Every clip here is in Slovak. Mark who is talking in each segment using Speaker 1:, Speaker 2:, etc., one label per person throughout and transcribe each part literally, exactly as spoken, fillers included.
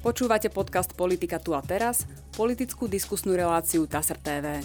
Speaker 1: Počúvate podcast Politika tu a teraz, politickú diskusnú reláciu TASR té vé.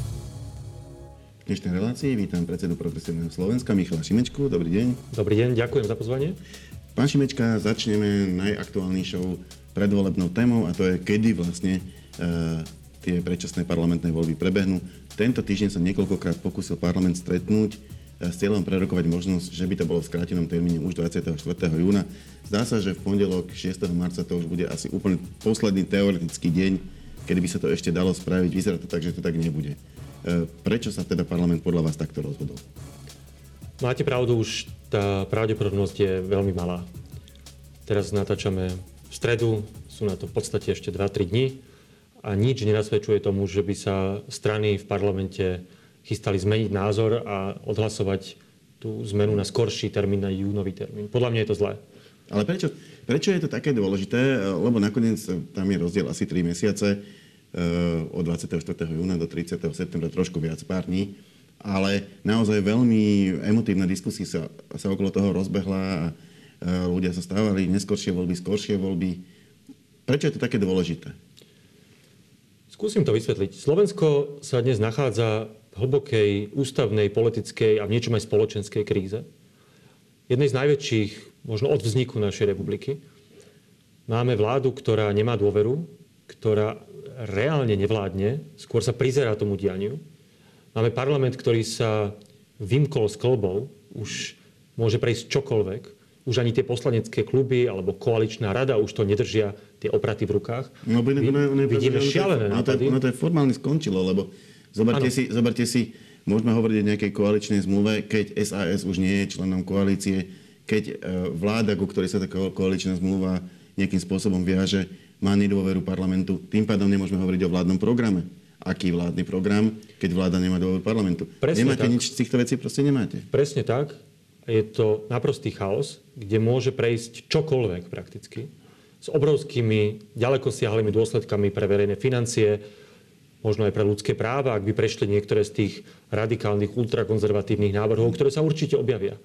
Speaker 2: V dnešnej relácii vítam predsedu Progresívneho Slovenska Michala Šimečku. Dobrý deň.
Speaker 3: Dobrý deň, ďakujem za pozvanie.
Speaker 2: Pán Šimečka, začneme najaktuálnejšou predvolebnou témou a to je, kedy vlastne e, tie predčasné parlamentné voľby prebehnú. Tento týždeň sa niekoľkokrát pokúsil parlament stretnúť s cieľom prerokovať možnosť, že by to bolo v skrátenom termíne už dvadsiateho štvrtého júna. Zdá sa, že v pondelok šiesteho marca to už bude asi úplne posledný teoretický deň, kedy by sa to ešte dalo spraviť. Vyzerá to tak, že to tak nebude. Prečo sa teda parlament podľa vás takto rozhodol?
Speaker 3: Máte pravdu, už tá pravdepodobnosť je veľmi malá. Teraz natáčame v stredu, sú na to v podstate ešte dva tri dni a nič nenasvedčuje tomu, že by sa strany v parlamente chystali zmeniť názor a odhlasovať tú zmenu na skorší termín, na júnový termín. Podľa mňa je to zlé.
Speaker 2: Ale prečo, prečo je to také dôležité? Lebo nakoniec tam je rozdiel asi tri mesiace, od dvadsiateho štvrtého júna do tridsiateho septembra, trošku viac, pár dní. Ale naozaj veľmi emotívna diskusia sa, sa okolo toho rozbehla a ľudia sa stávali neskoršie voľby, skoršie voľby. Prečo je to také dôležité?
Speaker 3: Skúsim to vysvetliť. Slovensko sa dnes nachádza v hlbokej ústavnej, politickej a v niečom aj spoločenskej kríze. Jednej z najväčších, možno od vzniku našej republiky. Máme vládu, ktorá nemá dôveru, ktorá reálne nevládne, skôr sa prizerá tomu dianiu. Máme parlament, ktorý sa vymkol z klbov, už môže prejsť čokoľvek. Už ani tie poslanecké kluby alebo koaličná rada už to nedržia tie opraty v rukách.
Speaker 2: No, Vy, no, no,
Speaker 3: vidíme šialené nápady.
Speaker 2: Ono to je formálne skončilo, lebo zoberte si, zoberte si, môžeme hovoriť o nejakej koaličnej zmluve, keď es a es už nie je členom koalície, keď vláda, ku ktorej sa tá koaličná zmluva nejakým spôsobom viaže, má nedôveru parlamentu. Tým pádom nemôžeme hovoriť o vládnom programe. Aký vládny program, keď vláda nemá dôveru parlamentu? Presne nemáte tak. Nič z týchto vecí, proste nemáte.
Speaker 3: Presne tak. Je to naprostý chaos, kde môže prejsť čokoľvek prakticky, s obrovskými, ďalekosiahlými dôsledkami pre verejné financie, možno aj pre ľudské práva, ak by prešli niektoré z tých radikálnych, ultrakonzervatívnych návrhov, ktoré sa určite objavia.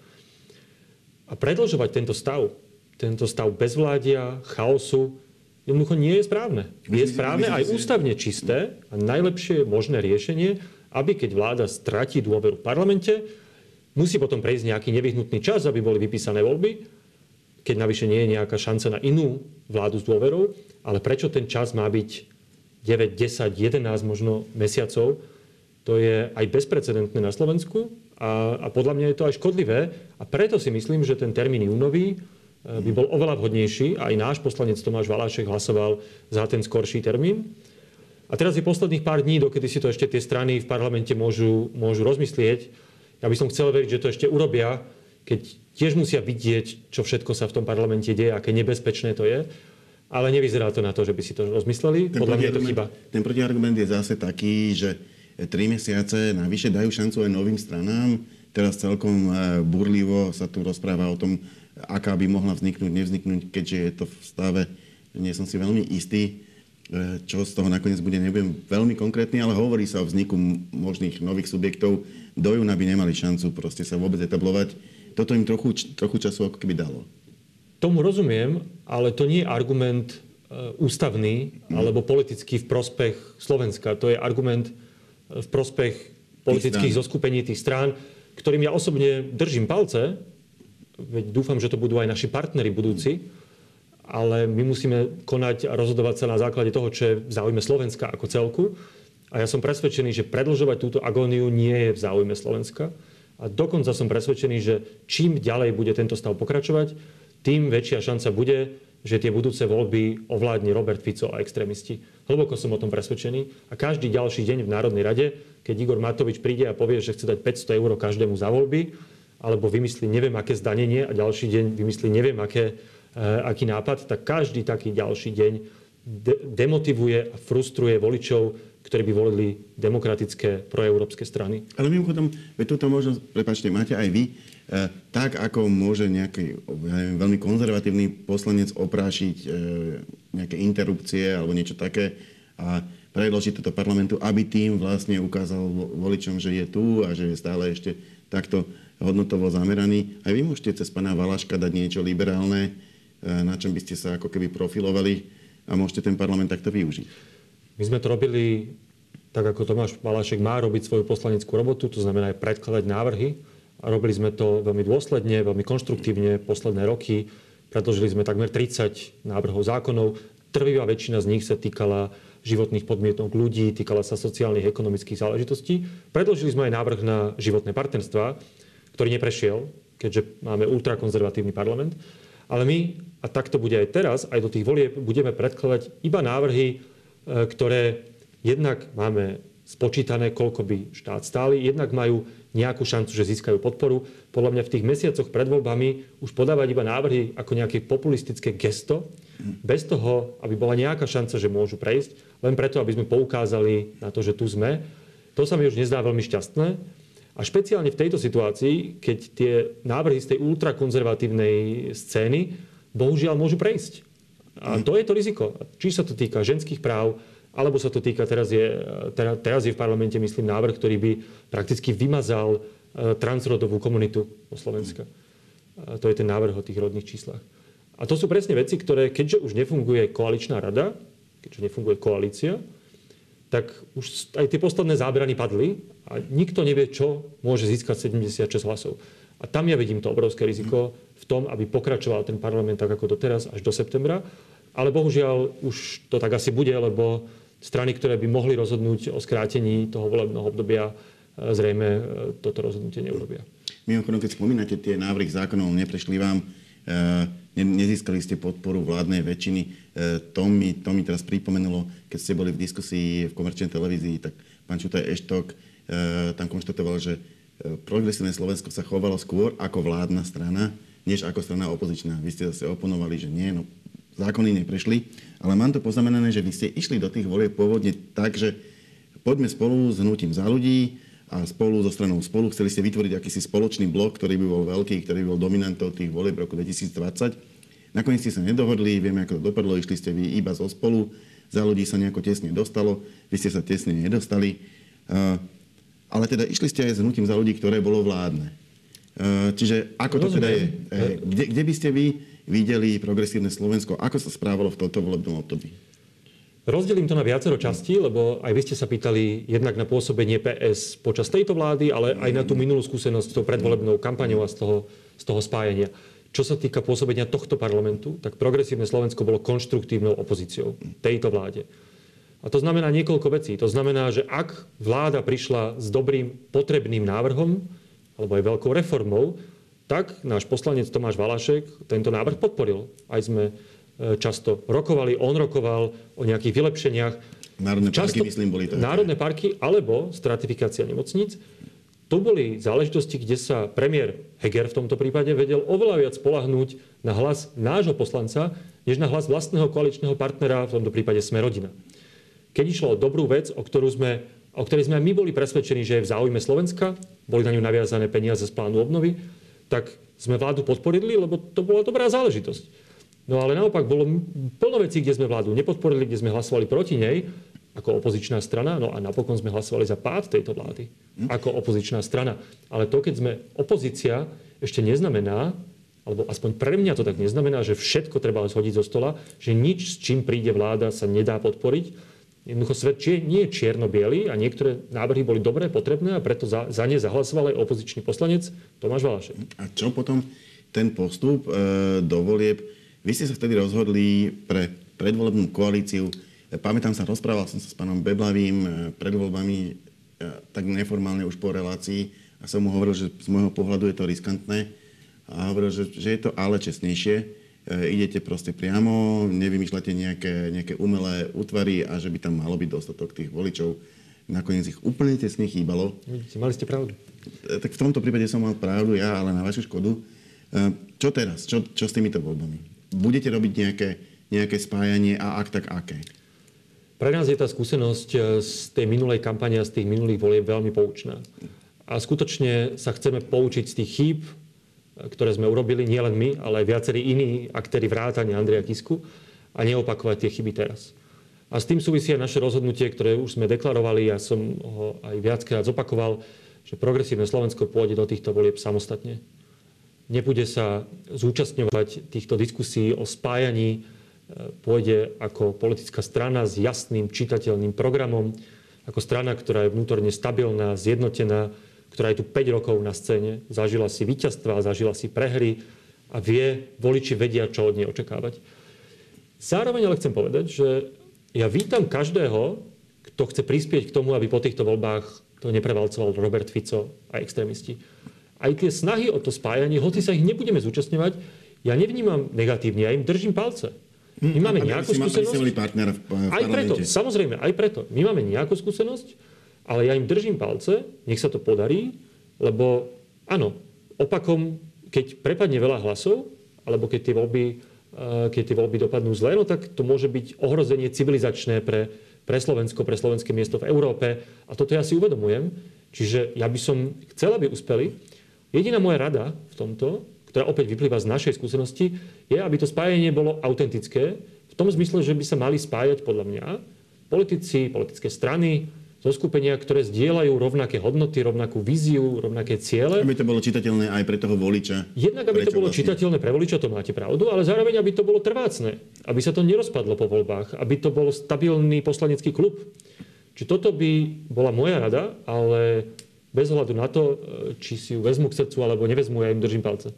Speaker 3: A predĺžovať tento stav, tento stav bezvládia, chaosu, jednoducho nie je správne. Je správne aj ústavne čisté a najlepšie možné riešenie, aby keď vláda stratí dôveru v parlamente, musí potom prejsť nejaký nevyhnutný čas, aby boli vypísané voľby, keď navyše nie je nejaká šanca na inú vládu s dôverou, ale prečo ten čas má byť deväť, desať, jedenásť možno mesiacov, to je aj bezprecedentné na Slovensku a, a podľa mňa je to aj škodlivé a preto si myslím, že ten termín júnový by bol oveľa vhodnejší. Aj náš poslanec Tomáš Valášek hlasoval za ten skorší termín. A teraz je posledných pár dní, dokedy si to ešte tie strany v parlamente môžu, môžu rozmyslieť. Ja by som chcel veriť, že to ešte urobia, keď tiež musia vidieť, čo všetko sa v tom parlamente deje, aké nebezpečné to je. Ale nevyzerá to na to, že by si to rozmysleli. Ten Podľa mňa je to chyba.
Speaker 2: Ten protiargument je zase taký, že tri mesiace navyše dajú šancu aj novým stranám. Teraz celkom burlivo sa tu rozpráva o tom, aká by mohla vzniknúť, nevzniknúť, keďže je to v stave, nie som si veľmi istý, čo z toho nakoniec bude, nebudem veľmi konkrétny, ale hovorí sa o vzniku možných nových subjektov. Do júna by nemali šancu proste sa vôbec etablovať. Toto im trochu, trochu času ako keby dalo.
Speaker 3: Tomu rozumiem, ale to nie je argument ústavný alebo politický v prospech Slovenska. To je argument v prospech politických zoskupení tých strán, ktorým ja osobne držím palce. Veď dúfam, že to budú aj naši partneri budúci. Ale my musíme konať a rozhodovať sa na základe toho, čo je v záujme Slovenska ako celku. A ja som presvedčený, že predĺžovať túto agóniu nie je v záujme Slovenska. A dokonca som presvedčený, že čím ďalej bude tento stav pokračovať, tým väčšia šanca bude, že tie budúce voľby ovládne Robert Fico a extrémisti. Hlboko som o tom presvedčený. A každý ďalší deň v Národnej rade, keď Igor Matovič príde a povie, že chce dať päťsto eur každému za voľby, alebo vymyslí neviem aké zdanenie a ďalší deň vymyslí neviem aké, e, aký nápad, tak každý taký ďalší deň de- demotivuje a frustruje voličov, ktorí by volili demokratické proeurópske strany.
Speaker 2: Ale mimochodom, veď túto možnosť, prepáčte, máte aj vy, e, tak ako môže nejaký ja neviem, veľmi konzervatívny poslanec oprášiť e, nejaké interrupcie alebo niečo také a predložiť toto parlamentu, aby tým vlastne ukázal voličom, že je tu a že je stále ešte takto hodnotovo zameraný. Aj vy môžete cez pána Valáška dať niečo liberálne, na čom by ste sa ako keby profilovali. a môžete ten parlament takto využiť.
Speaker 3: My sme to robili tak, ako Tomáš Valášek má robiť svoju poslaneckú robotu, to znamená aj predkladať návrhy. A robili sme to veľmi dôsledne, veľmi konštruktívne posledné roky. Predložili sme takmer tridsať návrhov zákonov. Trvivá väčšina z nich sa týkala životných podmienok ľudí, týkala sa sociálnych, ekonomických záležitostí. Predložili sme aj návrh na životné partnerstvá, ktorý neprešiel, keďže máme ultrakonzervatívny parlament. Ale my, a tak to bude aj teraz, aj do tých volieb budeme predkladať iba návrhy, ktoré jednak máme spočítané, koľko by štát stáli, jednak majú nejakú šancu, že získajú podporu. Podľa mňa v tých mesiacoch pred voľbami už podávať iba návrhy ako nejaké populistické gesto, bez toho, aby bola nejaká šanca, že môžu prejsť, len preto, aby sme poukázali na to, že tu sme, to sa mi už nezdá veľmi šťastné. A špeciálne v tejto situácii, keď tie návrhy z tej ultrakonzervatívnej scény bohužiaľ môžu prejsť. A to je to riziko. Či sa to týka ženských práv, alebo sa to týka, teraz je, teraz, teraz je v parlamente, myslím, návrh, ktorý by prakticky vymazal transrodovú komunitu po Slovenska. A to je ten návrh o tých rodných číslach. A to sú presne veci, ktoré, keďže už nefunguje koaličná rada, keďže nefunguje koalícia, tak už aj tie posledné zábrany padli a nikto nevie, čo môže získať sedemdesiatšesť hlasov. A tam ja vidím to obrovské riziko v tom, aby pokračoval ten parlament tak ako doteraz až do septembra. Ale bohužiaľ už to tak asi bude, lebo strany, ktoré by mohli rozhodnúť o skrátení toho volebného obdobia, zrejme toto rozhodnutie neurobia.
Speaker 2: Mimochodom, keď spomínate tie návrhy zákonov, neprešli vám, e, nezískali ste podporu vládnej väčšiny. E, to, mi, to mi teraz pripomenulo, keď ste boli v diskusii v komerčnej televízii, tak pán Čutaj Eštok e, tam konštatoval, že Progresívne Slovensko sa chovalo skôr ako vládna strana, než ako strana opozičná. Vy ste zase oponovali, že nie, no zákony neprešli, ale mám to poznamenané, že vy ste išli do tých volieb pôvodne tak, že poďme spolu s Hnutím Za ľudí a spolu so stranou Spolu. Chceli ste vytvoriť akýsi spoločný blok, ktorý by bol veľký, ktorý by bol dominantou tých volieb v roku dvetisícdvadsať. Nakoniec ste sa nedohodli, vieme, ako to dopadlo, išli ste vy iba zo Spolu. Za ľudí sa nejako tesne dostalo, vy ste sa tesne nedostali. Ale teda išli ste aj s Hnutím Za ľudí, ktoré bolo vládne. Čiže ako to teda je? Kde, kde by ste vy videli Progresívne Slovensko? Ako sa správalo v tomto volebnom období?
Speaker 3: Rozdelím to na viacero častí, lebo aj vy ste sa pýtali jednak na pôsobenie pé es počas tejto vlády, ale aj na tú minulú skúsenosť s tou predvolebnou kampaňou a z toho, z toho spájania. Čo sa týka pôsobenia tohto parlamentu, tak Progresívne Slovensko bolo konštruktívnou opozíciou tejto vláde. A to znamená niekoľko vecí. To znamená, že ak vláda prišla s dobrým, potrebným návrhom, alebo aj veľkou reformou, tak náš poslanec Tomáš Valášek tento návrh podporil. Aj sme často rokovali, on rokoval o nejakých vylepšeniach.
Speaker 2: Národné
Speaker 3: často,
Speaker 2: parky, myslím, boli to.
Speaker 3: Národné parky alebo stratifikácia nemocníc. To boli záležitosti, kde sa premiér Heger v tomto prípade vedel oveľa viac spoľahnúť na hlas nášho poslanca, než na hlas vlastného koaličného partnera, v tomto prípade Smer-Rodina. Keď išlo o dobrú vec, o, ktorú sme, o ktorej sme aj my boli presvedčení, že je v záujme Slovenska, boli na ňu naviazané peniaze z plánu obnovy, tak sme vládu podporili, lebo to bola dobrá záležitosť. No ale naopak bolo plno vecí, kde sme vládu nepodporili, kde sme hlasovali proti nej ako opozičná strana, no a napokon sme hlasovali za pád tejto vlády ako opozičná strana. Ale to, keď sme opozícia, ešte neznamená, alebo aspoň pre mňa to tak neznamená, že všetko treba zhodiť zo stola, že nič, s čím príde vláda, sa nedá podporiť. Jednoducho svet nie je čierno-biely a niektoré návrhy boli dobré, potrebné a preto za, za ne zahlasoval aj opozičný poslanec Tomáš Valášek.
Speaker 2: A čo potom ten postup e, do volieb? Vy ste sa vtedy rozhodli pre predvolebnú koalíciu. Pamätám sa, rozprával som sa s pánom Beblavým pred voľbami tak neformálne už po relácii a som mu hovoril, že z môjho pohľadu je to riskantné a hovoril, že, že je to ale čestnejšie. Idete proste priamo, nevymýšľate nejaké, nejaké umelé útvary a že by tam malo byť dostatok tých voličov. Nakoniec ich úplne tesne chýbalo.
Speaker 3: Vidíte, mali ste pravdu.
Speaker 2: Tak v tomto prípade som mal pravdu ja, ale na vašu škodu. Čo teraz? Čo, čo s týmito voľbami? Budete robiť nejaké, nejaké spájanie a ak tak aké?
Speaker 3: Pre nás je tá skúsenosť z tej minulej kampane a z tých minulých volieb veľmi poučná. A skutočne sa chceme poučiť z tých chýb, ktoré sme urobili, nielen my, ale aj viacerí iní aktéri vrátane Andreja Kisku a neopakovať tie chyby teraz. A s tým súvisí aj naše rozhodnutie, ktoré už sme deklarovali, ja som ho aj viackrát zopakoval, že Progresívne Slovensko pôjde do týchto volieb samostatne. Nebude sa zúčastňovať týchto diskusí o spájaní pôjde ako politická strana s jasným, čitateľným programom, ako strana, ktorá je vnútorne stabilná, zjednotená, ktorá je tu päť rokov na scéne, zažila si víťazstva, zažila si prehry a vie, voliči vedia, čo od nej očakávať. Zároveň ale chcem povedať, že ja vítam každého, kto chce prispieť k tomu, aby po týchto voľbách to neprevalcoval Robert Fico a extrémisti. Aj tie snahy o to spájanie, hoci sa ich nebudeme zúčastňovať, ja nevnímam negatívne, ja im držím palce. My máme nejakú skúsenosť. Aj preto, samozrejme, aj preto. My máme nejakú skúsenosť, ale ja im držím palce, nech sa to podarí, lebo áno, opakom, keď prepadne veľa hlasov, alebo keď tie voľby, keď tie voľby dopadnú zle, no tak to môže byť ohrozenie civilizačné pre, pre Slovensko, pre slovenské miesto v Európe. A toto ja si uvedomujem. Čiže ja by som chcel, aby uspeli. Jediná moja rada v tomto, ktorá opäť vyplýva z našej skúsenosti, je, aby to spájanie bolo autentické. V tom zmysle, že by sa mali spájať podľa mňa politici, politické strany, zoskupenia, ktoré zdieľajú rovnaké hodnoty, rovnakú víziu, rovnaké ciele.
Speaker 2: Aby to bolo čitateľné aj pre toho voliča.
Speaker 3: Jednak, aby to bolo vlastne čitateľné pre voliča, to máte pravdu, ale zároveň, aby to bolo trvácne. Aby sa to nerozpadlo po voľbách. Aby to bol stabilný poslanecký klub. Čiže toto by bola moja rada, ale bez ohľadu na to, či si ju vezmu k srdcu, alebo nevezmu, ja im držím palce.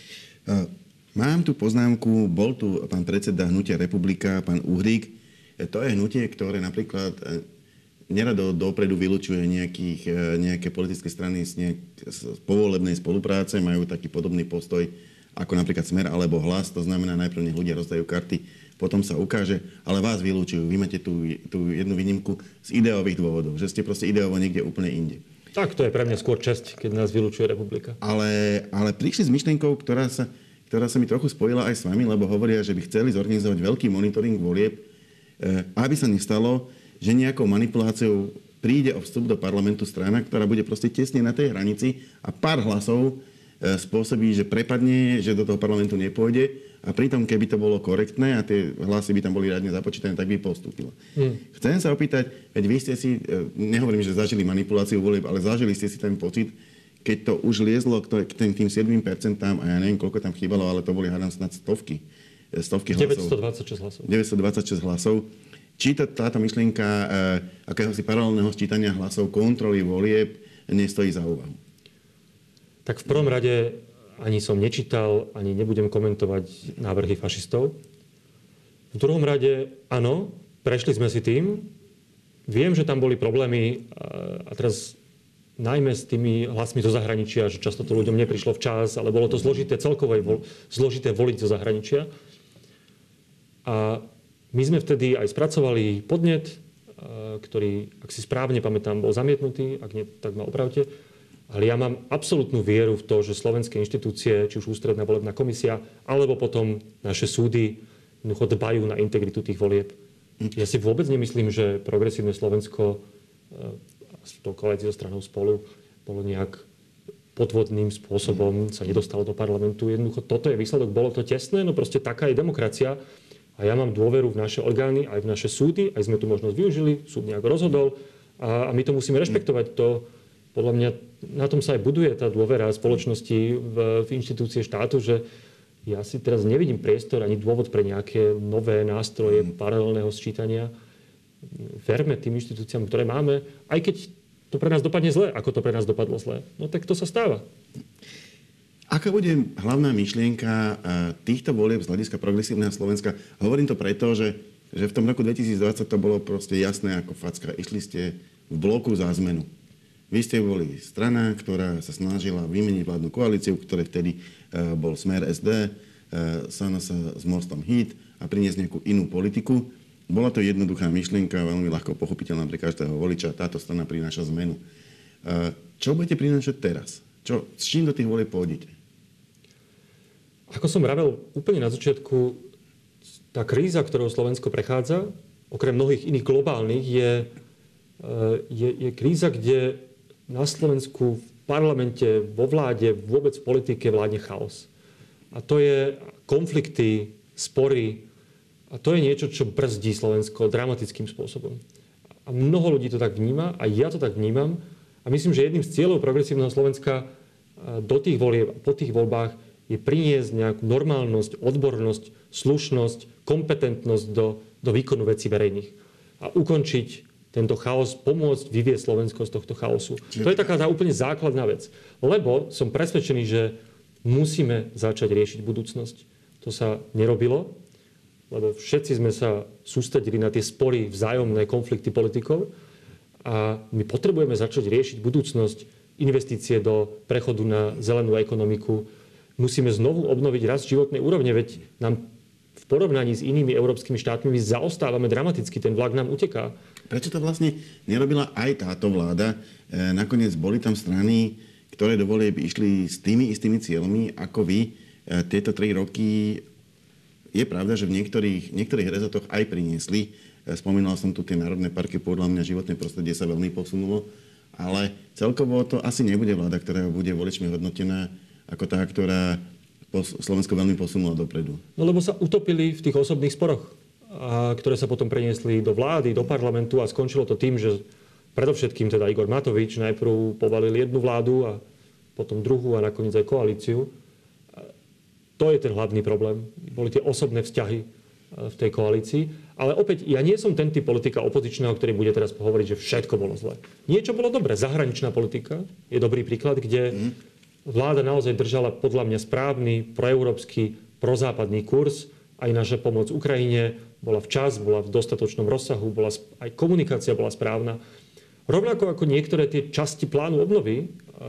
Speaker 2: Mám tu poznámku, bol tu pán predseda hnutia Republika, pán Uhrík. To je hnutie, ktoré napríklad nerado dopredu vylučuje nejakých, nejaké politické strany z, nejak, z povolebnej spolupráce, majú taký podobný postoj ako napríklad Smer alebo Hlas, to znamená najprv nech ľudia rozdajú karty, potom sa ukáže, ale vás vylúčujú. Vy máte tú, tú jednu výnimku z ideových dôvodov, že ste proste ideovo niekde úplne inde.
Speaker 3: Tak, to je pre mňa skôr česť, keď nás vylúčuje Republika.
Speaker 2: Ale, ale prišli s myšlienkou, ktorá sa, ktorá sa mi trochu spojila aj s vami, lebo hovoria, že by chceli zorganizovať veľký monitoring volieb, aby sa nestalo, že nejakou manipuláciou príde o vstup do parlamentu strana, ktorá bude proste tesne na tej hranici a pár hlasov spôsobí, že prepadne, že do toho parlamentu nepôjde a pritom, keby to bolo korektné a tie hlasy by tam boli riadne započítané, tak by postúpila. Hmm. Chcem sa opýtať, veď vy ste si, nehovorím, že zažili manipuláciu volieb, ale zažili ste si ten pocit, keď to už liezlo k tým sedem percent a ja neviem, koľko tam chýbalo, ale to boli, hádam, snad stovky, stovky hlasov.
Speaker 3: deväťstodvadsaťšesť hlasov.
Speaker 2: deväťstodvadsaťšesť hlasov. Či to, táto myšlienka eh, akéhosi paralelného sčítania hlasov, kontroly volieb nestojí za úvahu?
Speaker 3: Tak v prvom rade ani som nečítal, ani nebudem komentovať návrhy fašistov. V druhom rade, áno, prešli sme si tým. Viem, že tam boli problémy a teraz najmä s tými hlasmi zo zahraničia, že často to ľuďom neprišlo včas, ale bolo to zložité celkové, zložité voliť zo zahraničia. A my sme vtedy aj spracovali podnet, ktorý, ak si správne pamätám, bol zamietnutý, ak nie, tak ma opravte. Ale ja mám absolútnu vieru v to, že slovenské inštitúcie, či už ústredná volebná komisia, alebo potom naše súdy jednoducho dbajú na integritu tých volieb. Ja si vôbec nemyslím, že progresívne Slovensko s tou koalíciou stranou Spolu bolo nejak podvodným spôsobom sa nedostalo do parlamentu. Jednoducho toto je výsledok, bolo to tesné, no proste taká je demokracia. A ja mám dôveru v naše orgány, aj v naše súdy, aj sme tu možnosť využili, súd nejak rozhodol a, a my to musíme rešpektovať. To, podľa mňa, na tom sa aj buduje tá dôvera spoločnosti v, v inštitúcie štátu, že ja si teraz nevidím priestor ani dôvod pre nejaké nové nástroje paralelného sčítania. Verme tým inštitúciám, ktoré máme, aj keď to pre nás dopadne zle, ako to pre nás dopadlo zle. No tak to sa stáva.
Speaker 2: Aká bude hlavná myšlienka týchto volieb z hľadiska progresívneho Slovenska? Hovorím to preto, že, že v tom roku dvetisícdvadsať to bolo proste jasné ako facka. Išli ste v bloku za zmenu. Vy ste boli strana, ktorá sa snažila vymeniť vládnu koalíciu, ktoré vtedy uh, bol Smer es dé, uh, es en es s Mostom há í té a priniesť nejakú inú politiku. Bola to jednoduchá myšlienka, veľmi ľahko pochopiteľná pre každého voliča. Táto strana prináša zmenu. Uh, čo budete prinášať teraz? Čo, s čím do tých volieb pôjdete?
Speaker 3: Ako som vravel úplne na začiatku, tá kríza, ktorou Slovensko prechádza, okrem mnohých iných globálnych, je, je, je kríza, kde na Slovensku v parlamente, vo vláde, vôbec v politike vládne chaos. A to je konflikty, spory. A to je niečo, čo brzdí Slovensko dramatickým spôsobom. A mnoho ľudí to tak vníma, a ja to tak vnímam. A myslím, že jedným z cieľov progresívneho Slovenska do tých volieb, po tých voľbách je priniesť nejakú normálnosť, odbornosť, slušnosť, kompetentnosť do, do výkonu vecí verejných. A ukončiť tento chaos, pomôcť vyviesť Slovensko z tohto chaosu. Čiže... To je taká tá úplne základná vec. Lebo som presvedčený, že musíme začať riešiť budúcnosť. To sa nerobilo, lebo všetci sme sa sústredili na tie spory, vzájomné konflikty politikov a my potrebujeme začať riešiť budúcnosť, investície do prechodu na zelenú ekonomiku. Musíme znovu obnoviť rast životnej úrovne, veď nám v porovnaní s inými európskymi štátmi my zaostávame dramaticky, ten vlak nám uteká.
Speaker 2: Prečo to vlastne nerobila aj táto vláda? E, nakoniec boli tam strany, ktoré do volieb išli s tými istými cieľmi ako vy. E, tieto tri roky je pravda, že v niektorých, niektorých rezortoch aj priniesli. E, spomínal som tu tie národné parky, podľa mňa životné prostredie sa veľmi posunulo, ale celkovo to asi nebude vláda, ktorá bude voličmi hodnotená ako tá, ktorá Slovensko veľmi posunula dopredu.
Speaker 3: No lebo sa utopili v tých osobných sporoch, a ktoré sa potom preniesli do vlády, do parlamentu a skončilo to tým, že predovšetkým teda Igor Matovič najprv povalil jednu vládu a potom druhú a nakoniec aj koalíciu. A to je ten hlavný problém. Boli tie osobné vzťahy v tej koalícii. Ale opäť, ja nie som ten typ politika opozičného, ktorý bude teraz hovoriť, že všetko bolo zlé. Niečo bolo dobré. Zahraničná politika je dobrý príklad, kde mm. vláda naozaj držala podľa mňa správny, proeurópsky, prozápadný kurz. Aj naša pomoc Ukrajine bola včas, bola v dostatočnom rozsahu, bola, aj komunikácia bola správna. Rovnako ako niektoré tie časti plánu obnovy,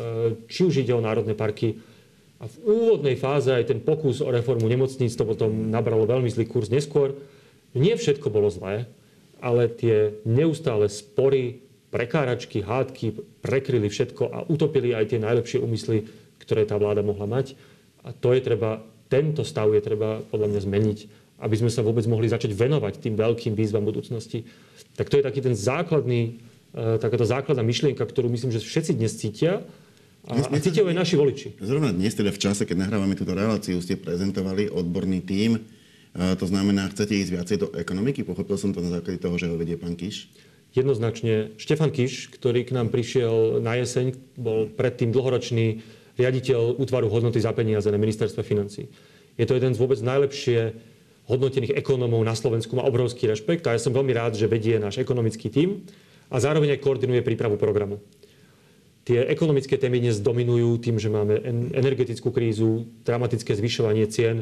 Speaker 3: či už ide o národné parky, a v úvodnej fáze aj ten pokus o reformu nemocníc to potom nabralo veľmi zlý kurz neskôr. Nie všetko bolo zlé, ale tie neustále spory, prekáračky, hádky prekryli všetko a utopili aj tie najlepšie úmysly, ktoré tá vláda mohla mať. A to je treba, tento stav je treba podľa mňa zmeniť, aby sme sa vôbec mohli začať venovať tým veľkým výzvam budúcnosti. Tak to je taký ten základný, takáto základná myšlienka, ktorú myslím, že všetci dnes cítia a, a cítia aj naši voliči.
Speaker 2: Zrovna dnes, teda v čase, keď nahrávame túto reláciu, ste prezentovali odborný tím. To znamená, chcete ísť viacej do ekonomiky? Pochopil som to na základe toho, že ho vedie pán Kiš.
Speaker 3: Jednoznačne. Štefan Kiš, ktorý k nám prišiel na jeseň, bol predtým dlhoročný riaditeľ útvaru hodnoty za peniaze na ministerstve financií. Je to jeden z vôbec najlepšie hodnotených ekonómov na Slovensku, má obrovský rešpekt a ja som veľmi rád, že vedie náš ekonomický tím a zároveň aj koordinuje prípravu programu. Tie ekonomické témy dnes dominujú tým, že máme energetickú krízu, dramatické zvyšovanie cien.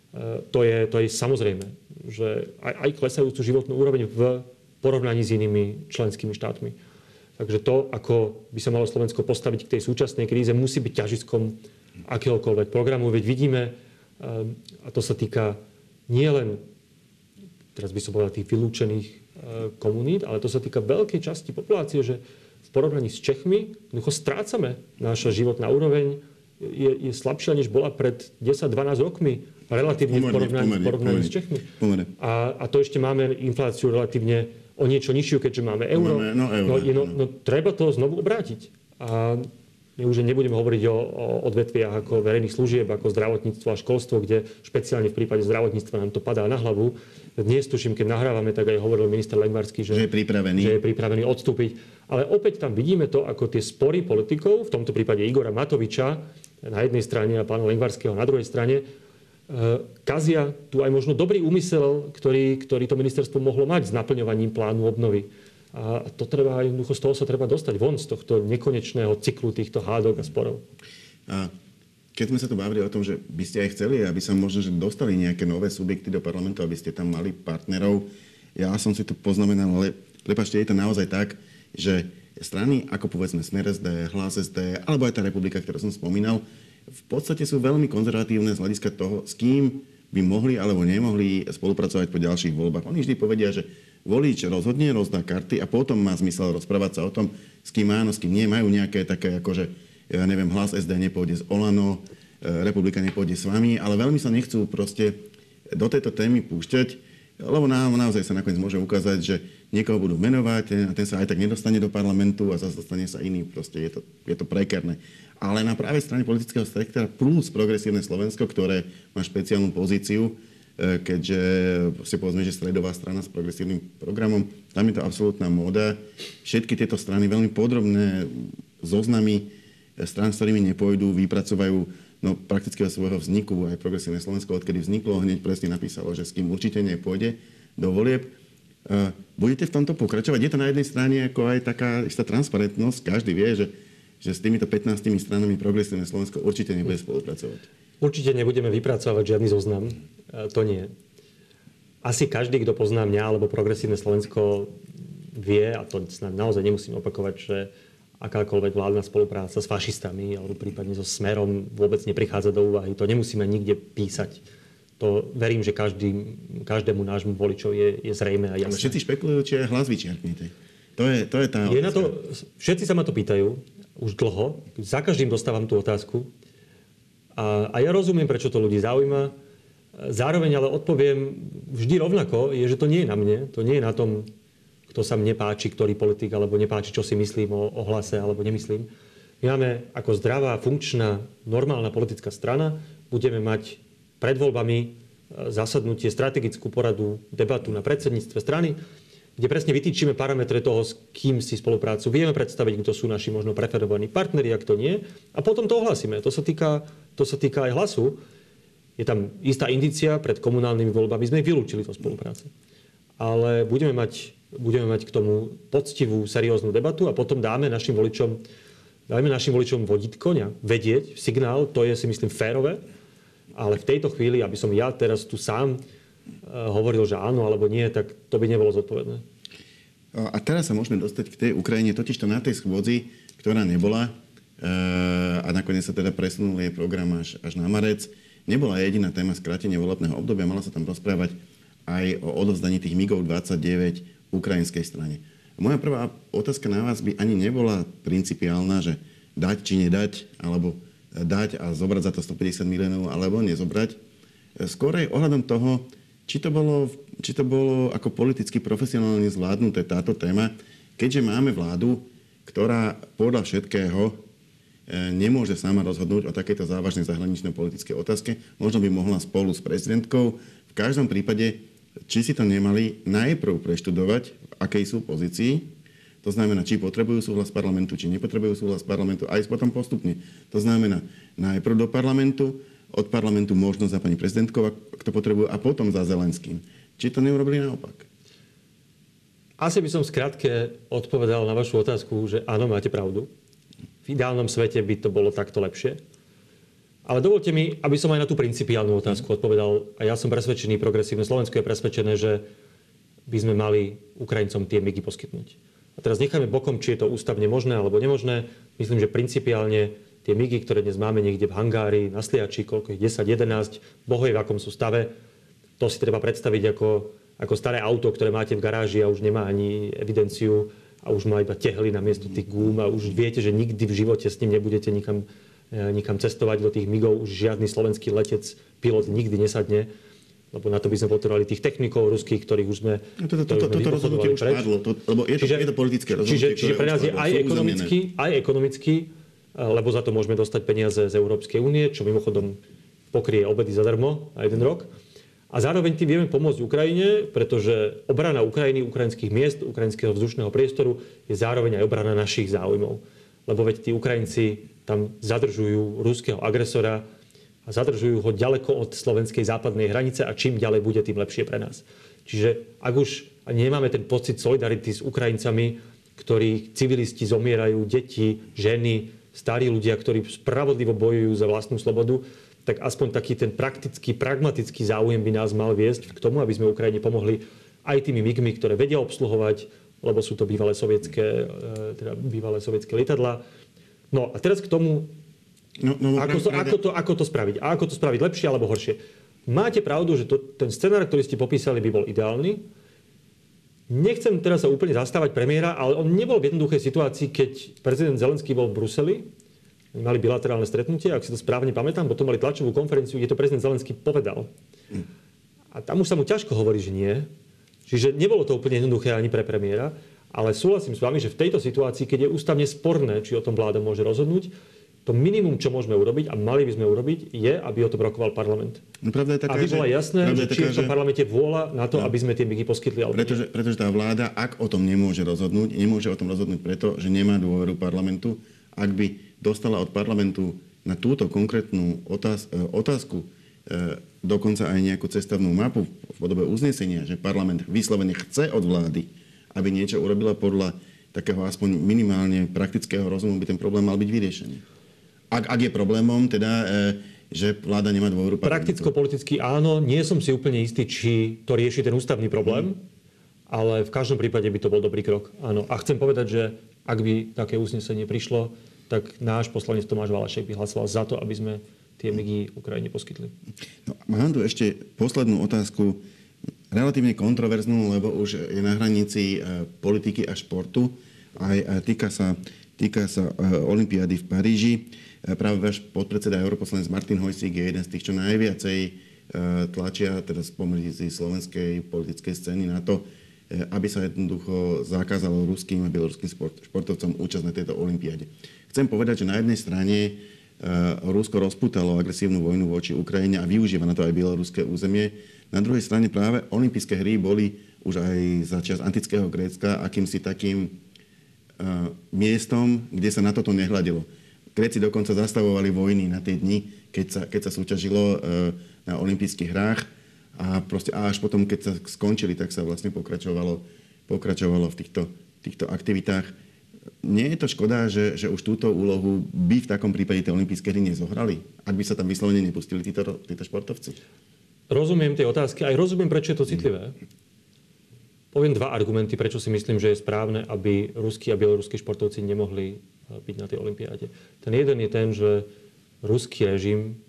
Speaker 3: To je, to je samozrejme, že aj, aj klesajúcu životnú úroveň v porovnaní s inými členskými štátmi. Takže to, ako by sa malo Slovensko postaviť k tej súčasnej kríze, musí byť ťažiskom akéhokoľvek programu. Veď vidíme, a to sa týka nielen, teraz by som povedal, tých vylúčených komunít, ale to sa týka veľkej časti populácie, že v porovnaní s Čechmi jednoducho strácame. Naša životná úroveň je, je slabšia, než bola pred desať dvanásť rokmi. Relatívne v porovnaní, v porovnaní s Čechmi. A, a to ešte máme infláciu relatívne o niečo nižšiu, keďže máme euro.
Speaker 2: Máme, no, euro
Speaker 3: no, je, no, no, treba to znovu obrátiť. A my už nebudeme hovoriť o, o odvetviach ako verejných služieb, ako zdravotníctvo a školstvo, kde špeciálne v prípade zdravotníctva nám to padá na hlavu. Dnes, tuším, keď nahrávame, tak aj hovoril minister Lengvarský, že,
Speaker 2: že, je pripravený.
Speaker 3: že je pripravený odstúpiť. Ale opäť tam vidíme to, ako tie spory politikov, v tomto prípade Igora Matoviča na jednej strane a pána Lengvarského na druhej strane, kazia tu aj možno dobrý úmysel, ktorý, ktorý to ministerstvo mohlo mať s naplňovaním plánu obnovy. A to treba, jednoducho z toho sa treba dostať von z tohto nekonečného cyklu týchto hádok a sporov. A
Speaker 2: keď sme sa tu bavili o tom, že by ste aj chceli, aby sa možno že dostali nejaké nové subjekty do parlamentu, aby ste tam mali partnerov, ja som si to poznamenal, ale prepáčte, je to naozaj tak, že strany ako povedzme Smer es dé, Hlas es dé, alebo aj tá Republika, ktorú som spomínal, v podstate sú veľmi konzervatívne z hľadiska toho, s kým by mohli alebo nemohli spolupracovať po ďalších voľbách. Oni vždy povedia, že volič rozhodne, rozdá karty a potom má zmysel rozprávať sa o tom, s kým áno, s kým nie. Majú nejaké také, akože, ja neviem, Hlas es dé nepôjde z Olano, Republika nepôjde s vami, ale veľmi sa nechcú proste do tejto témy púšťať, lebo na, naozaj sa nakoniec môže ukázať, že niekoho budú menovať a ten sa aj tak nedostane do parlamentu a zase dostane sa iný. Proste je to, je to prekerné. Ale na práve strane politického spektra plus Progresívne Slovensko, ktoré má špeciálnu pozíciu, keďže si povedzme, že stredová strana s progresívnym programom, tam je to absolútna móda. Všetky tieto strany veľmi podrobné zoznamy strán, s ktorými nepôjdu, vypracovajú no prakticky od svojho vzniku, aj Progresívne Slovensko, odkedy vzniklo, hneď presne napísalo, že s kým určite nepôjde do volieb. Budete v tomto pokračovať? Je to na jednej strane ako aj taká istá transparentnosť. Každý vie, že, že s týmito pätnástimi stranami Progresívne Slovensko určite nebude spolupracovať. Určite
Speaker 3: nebudeme vypracovať žiadny zoznam. To nie. Asi každý, kto pozná mňa alebo Progresívne Slovensko, vie, a to naozaj nemusím opakovať, že akákoľvek vládna spolupráca s fašistami alebo prípadne so Smerom vôbec neprichádza do úvahy. To nemusíme nikde písať. To verím, že každý, každému nášmu voličovi je, je zrejme a jasné.
Speaker 2: Ale všetci špekulujú, či aj hlas vyčiarknite. To je, to je tá
Speaker 3: je na to, všetci sa ma to pýtajú už dlho. Za každým dostávam tú otázku. A, a ja rozumiem, prečo to ľudí zaujíma. Zároveň ale odpoviem vždy rovnako, je, že to nie je na mne. To nie je na tom, kto sa mne páči, ktorý politik, alebo nepáči, čo si myslím o, o hlase, alebo nemyslím. My máme ako zdravá, funkčná, normálna politická strana, budeme mať pred voľbami zasadnutie, strategickú poradu, debatu na predsedníctve strany, kde presne vytýčime parametre toho, s kým si spoluprácu vieme predstaviť, kto sú naši možno preferovaní partneri, ak to nie. A potom to ohlasíme. To sa týka, to sa týka aj hlasu. Je tam istá indícia, pred komunálnymi voľbami sme vylúčili tú spoluprácu. Ale budeme mať Budeme mať k tomu poctivú, serióznu debatu a potom dáme našim voličom, dáme našim voličom vodítko, vedieť, signál, to je si myslím férové, ale v tejto chvíli, aby som ja teraz tu sám uh, hovoril, že áno alebo nie, tak to by nebolo zodpovedné.
Speaker 2: A teraz sa môžeme dostať k tej Ukrajine, totižto na tej schôdzi, ktorá nebola uh, a nakoniec sa teda presunul jej program až, až na marec, nebola jediná téma skrátenia volebného obdobia, mala sa tam rozprávať aj o odovzdaní tých migov dvadsaťdeväť ukrajinskej strane. Moja prvá otázka na vás by ani nebola principiálna, že dať či nedať, alebo dať a zobrať za to stopäťdesiat miliónov, alebo nezobrať. Skôr aj ohľadom toho, či to bolo, či to bolo ako politicky profesionálne zvládnuté táto téma, keďže máme vládu, ktorá podľa všetkého nemôže sama rozhodnúť o takejto závažnej zahraničnej politickej otázke. Možno by mohla spolu s prezidentkou. V každom prípade či si to nemali najprv preštudovať, v akej sú pozícii, to znamená, či potrebujú súhlas parlamentu, či nepotrebujú súhlas parlamentu, aj potom postupne. To znamená, najprv do parlamentu, od parlamentu možno za pani prezidentkou, ak to potrebujú, a potom za Zelenským. Či to neurobili naopak?
Speaker 3: Asi by som skrátke odpovedal na vašu otázku, že áno, máte pravdu. V ideálnom svete by to bolo takto lepšie. Ale dovolte mi, aby som aj na tú principiálnu otázku odpovedal. A ja som presvedčený, Progresívne Slovensko je presvedčené, že by sme mali Ukrajincom tie migy poskytnúť. A teraz nechajme bokom, či je to ústavne možné alebo nemožné. Myslím, že principiálne tie migy, ktoré dnes máme niekde v hangári, na Sliači, koľko ich, desať, jedenásť, bohvie v akom sú stave, to si treba predstaviť ako, ako staré auto, ktoré máte v garáži a už nemá ani evidenciu a už má iba tehly namiesto tých gúm a už viete, že nikdy v živote s ním nebudete nikam nikam cestovať do tých migov, už žiadny slovenský letec, pilot nikdy nesadne, lebo na to by sme potrebovali tých technikov ruských, ktorých už sme
Speaker 2: no toto, toto, toto rozhodnutie už padlo, to, lebo je to, čiže, je to politické rozhodnutie,
Speaker 3: čiže, čiže pre nás je aj ekonomicky, aj ekonomicky, lebo za to môžeme dostať peniaze z Európskej únie, čo mimochodom pokrie obedy zadarmo na jeden rok. A zároveň tým vieme pomôcť Ukrajine, pretože obrana Ukrajiny, ukrajinských miest, ukrajinského vzdušného priestoru je zároveň aj obrana našich záujmov. Lebo veď tí Ukrajinci tam zadržujú ruského agresora a zadržujú ho ďaleko od slovenskej západnej hranice a čím ďalej bude, tým lepšie pre nás. Čiže ak už nemáme ten pocit solidarity s Ukrajincami, ktorých civilisti zomierajú, deti, ženy, starí ľudia, ktorí spravodlivo bojujú za vlastnú slobodu, tak aspoň taký ten praktický, pragmatický záujem by nás mal viesť k tomu, aby sme Ukrajine pomohli aj tými migmi, ktoré vedia obsluhovať, lebo sú to bývalé sovietské, teda bývalé sovietské lietadlá. No a teraz k tomu, no, no, ako, to, ako, to, ako to spraviť. A ako to spraviť lepšie alebo horšie. Máte pravdu, že to, ten scenár, ktorý ste popísali, by bol ideálny. Nechcem teraz sa úplne zastávať premiéra, ale on nebol v jednoduchej situácii, keď prezident Zelenský bol v Bruseli. Mali bilaterálne stretnutie, ak si to správne pamätám, potom mali tlačovú konferenciu, kde to prezident Zelenský povedal. A tam už sa mu ťažko hovorí, že nie. Čiže nebolo to úplne jednoduché ani pre premiéra. Ale súhlasím s vami, že v tejto situácii, keď je ústavne sporné, či o tom vláda môže rozhodnúť, to minimum, čo môžeme urobiť a mali by sme urobiť, je, aby o tom rokoval parlament.
Speaker 2: No, pravda je taká,
Speaker 3: aby bola jasné, že či je v tom
Speaker 2: že...
Speaker 3: parlamente vôľa na to, no. aby sme tie migy poskytli.
Speaker 2: Pretože, pretože tá vláda, ak o tom nemôže rozhodnúť, nemôže o tom rozhodnúť preto, že nemá dôveru parlamentu. Ak by dostala od parlamentu na túto konkrétnu otáz, otázku dokonca aj nejakú cestovnú mapu v podobe uznesenia, že parlament vyslovene chce od vlády, aby niečo urobila podľa takého aspoň minimálne praktického rozumu, by ten problém mal byť vyriešený. Ak, ak je problémom, teda, že vláda nemá dôveru parlamentu.
Speaker 3: Prakticko-politicky áno, nie som si úplne istý, či to rieši ten ústavný problém, hmm. ale v každom prípade by to bol dobrý krok. Áno. A chcem povedať, že ak by také uznesenie prišlo, tak náš poslanec Tomáš Valašek by hlasoval za to, aby sme tie migy Ukrajine poskytli.
Speaker 2: No, mám tu ešte poslednú otázku, relatívne kontroverznú, lebo už je na hranici politiky a športu. Aj týka sa, týka sa olympiády v Paríži. Práve váš podpredseda europoslanec Martin Hojsík je jeden z tých, čo najviacej tlačia, teda spomedzi slovenskej politickej scény na to, aby sa jednoducho zakázalo ruským a bieloruským športovcom účasť na tejto olympiáde. Chcem povedať, že na jednej strane Rusko rozpútalo agresívnu vojnu voči Ukrajine a využíva na to aj bieloruské územie. Na druhej strane práve olympijské hry boli už aj za čas antického Grécka akýmsi takým uh, miestom, kde sa na toto nehľadilo. Gréci dokonca zastavovali vojny na tie dni, keď sa, keď sa súťažilo uh, na olympijských hrách a, proste, a až potom, keď sa skončili, tak sa vlastne pokračovalo, pokračovalo v týchto, týchto aktivitách. Nie je to škoda, že, že už túto úlohu by v takom prípade tie olympijské hry nezohrali, ak by sa tam vyslovene nepustili títo, títo športovci?
Speaker 3: Rozumiem tie otázky, aj rozumiem, prečo je to citlivé. Poviem dva argumenty, prečo si myslím, že je správne, aby ruskí a bieloruskí športovci nemohli byť na tej olympiáde. Ten jeden je ten, že ruský režim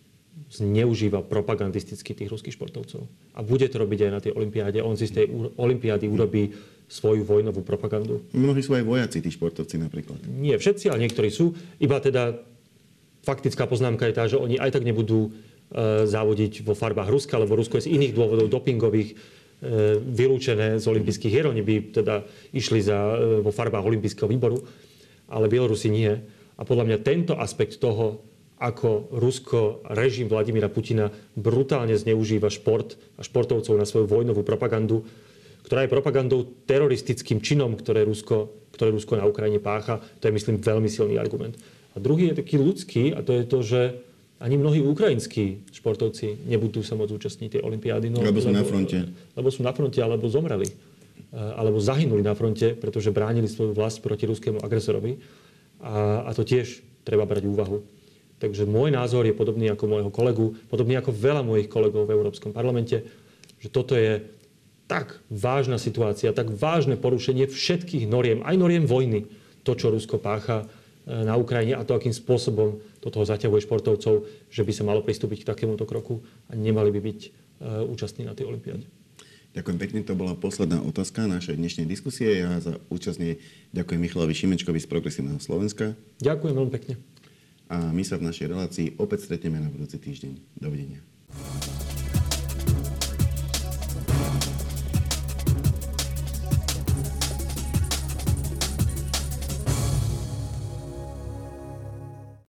Speaker 3: zneužíva propagandisticky tých ruských športovcov. A bude to robiť aj na tej olympiáde. On si z tej olympiády urobí svoju vojnovú propagandu.
Speaker 2: Mnohí sú aj vojaci, tí športovci napríklad.
Speaker 3: Nie všetci, ale niektorí sú. Iba teda faktická poznámka je tá, že oni aj tak nebudú závodiť vo farbách Ruska, lebo Rusko je z iných dôvodov dopingových e, vylúčené z olympijských hier. Oni by teda išli za, e, vo farbách olympijského výboru, ale Bielorusi nie. A podľa mňa tento aspekt toho, ako Rusko, režim Vladimíra Putina brutálne zneužíva šport a športovcov na svoju vojnovú propagandu, ktorá je propagandou teroristickým činom, ktoré Rusko, ktoré Rusko na Ukrajine pácha, to je, myslím, veľmi silný argument. A druhý je taký ľudský, a to je to, že ani mnohí ukrajinskí športovci nebudú sa môcť zúčastniť tej olympiády. No,
Speaker 2: lebo sú lebo, na fronte.
Speaker 3: Lebo sú na fronte, alebo zomreli. Alebo zahynuli na fronte, pretože bránili svoju vlast proti ruskému agresorovi. A, a to tiež treba brať úvahu. Takže môj názor je podobný ako môjho kolegu, podobný ako veľa mojich kolegov v Európskom parlamente, že toto je tak vážna situácia, tak vážne porušenie všetkých noriem, aj noriem vojny, to, čo Rusko pácha na Ukrajine a to, akým spôsobom do toho zaťahuje športovcov, že by sa malo pristúpiť k takémuto kroku a nemali by byť uh, účastní na tej olympiáde.
Speaker 2: Ďakujem pekne, to bola posledná otázka našej dnešnej diskusie. Ja za účastne ďakujem Michalovi Šimečkovi z Progresívneho Slovenska.
Speaker 3: Ďakujem veľmi pekne.
Speaker 2: A my sa v našej relácii opäť stretneme na budúci týždeň. Dovidenia.